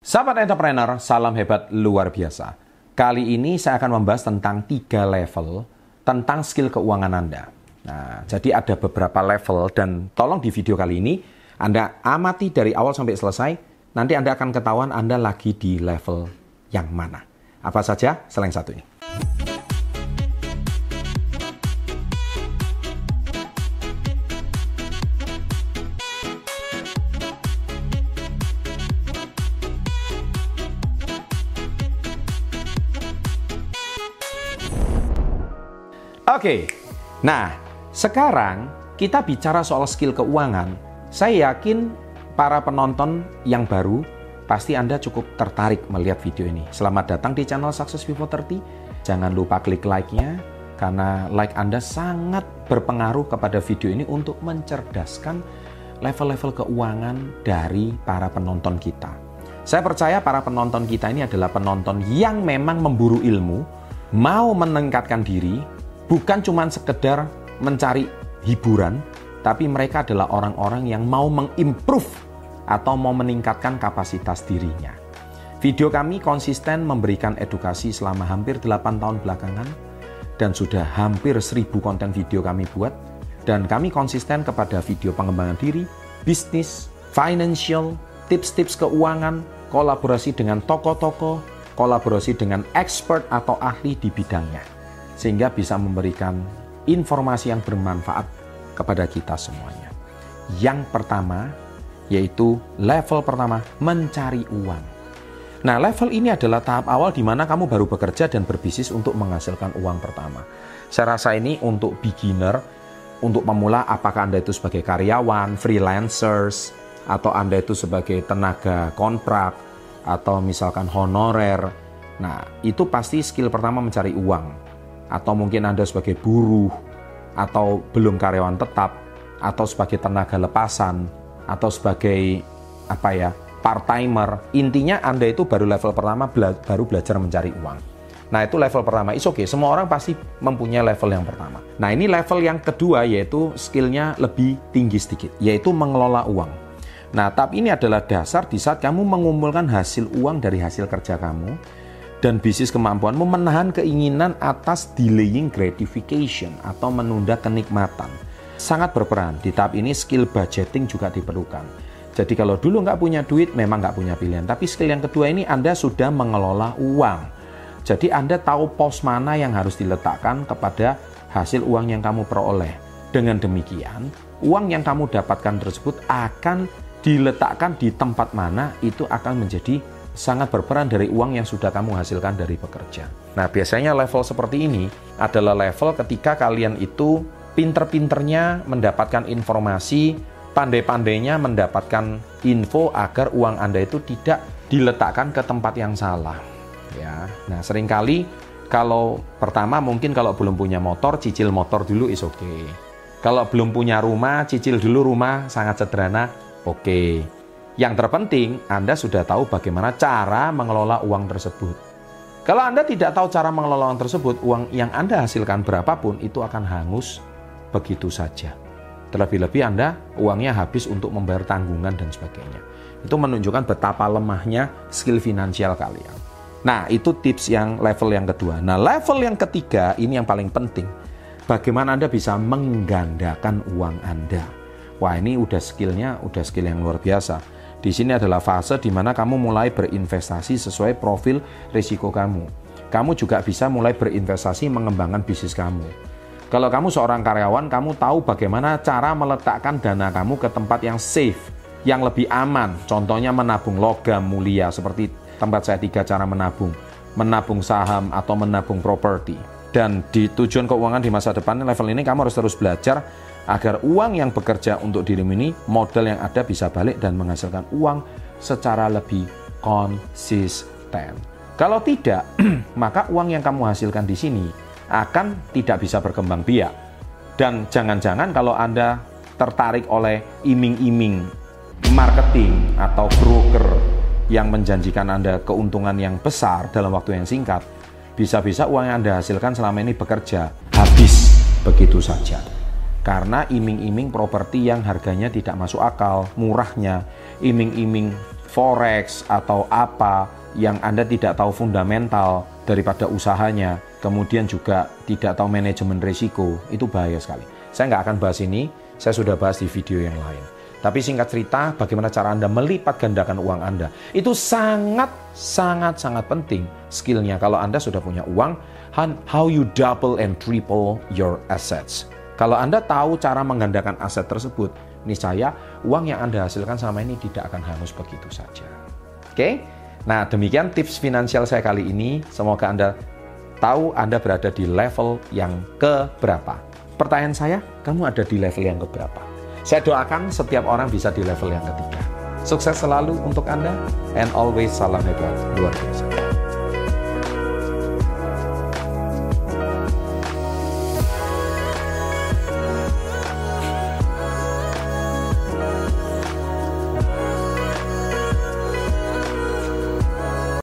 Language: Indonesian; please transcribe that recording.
Sahabat entrepreneur, salam hebat luar biasa. Kali ini saya akan membahas tentang 3 level tentang skill keuangan Anda. Nah, jadi ada beberapa level dan tolong di video kali ini Anda amati dari awal sampai selesai. Nanti Anda akan ketahuan Anda lagi di level yang mana. Apa saja selain satu ini. Oke, nah sekarang kita bicara soal skill keuangan. Saya yakin para penonton yang baru pasti Anda cukup tertarik melihat video ini. Selamat datang di channel Success Before 30. Jangan lupa klik like-nya, karena like Anda sangat berpengaruh kepada video ini untuk mencerdaskan level-level keuangan dari para penonton kita. Saya percaya para penonton kita ini adalah penonton yang memang memburu ilmu, mau meningkatkan diri, bukan cuma sekedar mencari hiburan, tapi mereka adalah orang-orang yang mau mengimprove atau mau meningkatkan kapasitas dirinya. Video kami konsisten memberikan edukasi selama hampir 8 tahun belakangan, dan sudah hampir 1000 konten video kami buat, dan kami konsisten kepada video pengembangan diri, bisnis, financial, tips-tips keuangan, kolaborasi dengan tokoh-tokoh, kolaborasi dengan expert atau ahli di bidangnya, sehingga bisa memberikan informasi yang bermanfaat kepada kita semuanya. Yang pertama, yaitu level pertama, mencari uang. Nah, level ini adalah tahap awal di mana kamu baru bekerja dan berbisnis untuk menghasilkan uang pertama. Saya rasa ini untuk beginner, untuk pemula, apakah Anda itu sebagai karyawan, freelancers, atau Anda itu sebagai tenaga kontrak, atau misalkan honorer. Nah, itu pasti skill pertama mencari uang. Atau mungkin Anda sebagai buruh, atau belum karyawan tetap, atau sebagai tenaga lepasan, atau sebagai part-timer. Intinya Anda itu baru level pertama, baru belajar mencari uang. Nah, itu level pertama. It's okay, semua orang pasti mempunyai level yang pertama. Nah, ini level yang kedua, yaitu skillnya lebih tinggi sedikit, yaitu mengelola uang. Nah, tapi ini adalah dasar di saat kamu mengumpulkan hasil uang dari hasil kerja kamu, dan bisnis kemampuanmu menahan keinginan atas delaying gratification atau menunda kenikmatan. Sangat berperan. Di tahap ini skill budgeting juga diperlukan. Jadi kalau dulu nggak punya duit, memang nggak punya pilihan. Tapi skill yang kedua ini Anda sudah mengelola uang. Jadi Anda tahu pos mana yang harus diletakkan kepada hasil uang yang kamu peroleh. Dengan demikian, uang yang kamu dapatkan tersebut akan diletakkan di tempat mana, itu akan menjadi sangat berperan dari uang yang sudah kamu hasilkan dari bekerja. Nah, biasanya level seperti ini adalah level ketika kalian itu pinter-pinternya mendapatkan informasi, pandai-pandainya mendapatkan info agar uang Anda itu tidak diletakkan ke tempat yang salah. Ya, nah seringkali kalau pertama mungkin kalau belum punya motor, cicil motor dulu is okay. Kalau belum punya rumah, cicil dulu rumah sangat sederhana, oke. Yang terpenting, Anda sudah tahu bagaimana cara mengelola uang tersebut. Kalau Anda tidak tahu cara mengelola uang tersebut, uang yang Anda hasilkan berapapun itu akan hangus begitu saja. Terlebih-lebih Anda uangnya habis untuk membayar tanggungan dan sebagainya. Itu menunjukkan betapa lemahnya skill finansial kalian. Nah, itu tips yang level yang kedua. Nah, level yang ketiga, ini yang paling penting. Bagaimana Anda bisa menggandakan uang Anda. Wah, ini udah skillnya, udah skill yang luar biasa. Di sini adalah fase di mana kamu mulai berinvestasi sesuai profil risiko kamu. Kamu juga bisa mulai berinvestasi mengembangkan bisnis kamu. Kalau kamu seorang karyawan, kamu tahu bagaimana cara meletakkan dana kamu ke tempat yang safe, yang lebih aman. Contohnya menabung logam mulia, seperti tempat saya 3 cara menabung. Menabung saham atau menabung properti. Dan di tujuan keuangan di masa depan level ini kamu harus terus belajar agar uang yang bekerja untuk dirimu ini, modal yang ada bisa balik dan menghasilkan uang secara lebih konsisten. Kalau tidak, maka uang yang kamu hasilkan di sini akan tidak bisa berkembang biak. Dan jangan-jangan kalau Anda tertarik oleh iming-iming marketing atau broker yang menjanjikan Anda keuntungan yang besar dalam waktu yang singkat, bisa-bisa uang yang Anda hasilkan selama ini bekerja habis begitu saja. Karena iming-iming properti yang harganya tidak masuk akal, murahnya, iming-iming forex atau apa yang Anda tidak tahu fundamental daripada usahanya, kemudian juga tidak tahu manajemen risiko, itu bahaya sekali. Saya nggak akan bahas ini, saya sudah bahas di video yang lain. Tapi singkat cerita, bagaimana cara Anda melipat gandakan uang Anda, itu sangat penting skillnya. Kalau Anda sudah punya uang, how you double and triple your assets. Kalau Anda tahu cara menggandakan aset tersebut, niscaya uang yang Anda hasilkan selama ini tidak akan hangus begitu saja. Oke? Nah, demikian tips finansial saya kali ini. Semoga Anda tahu Anda berada di level yang keberapa. Pertanyaan saya, kamu ada di level yang keberapa? Saya doakan setiap orang bisa di level yang ketiga. Sukses selalu untuk Anda, and always salam hebat luar biasa.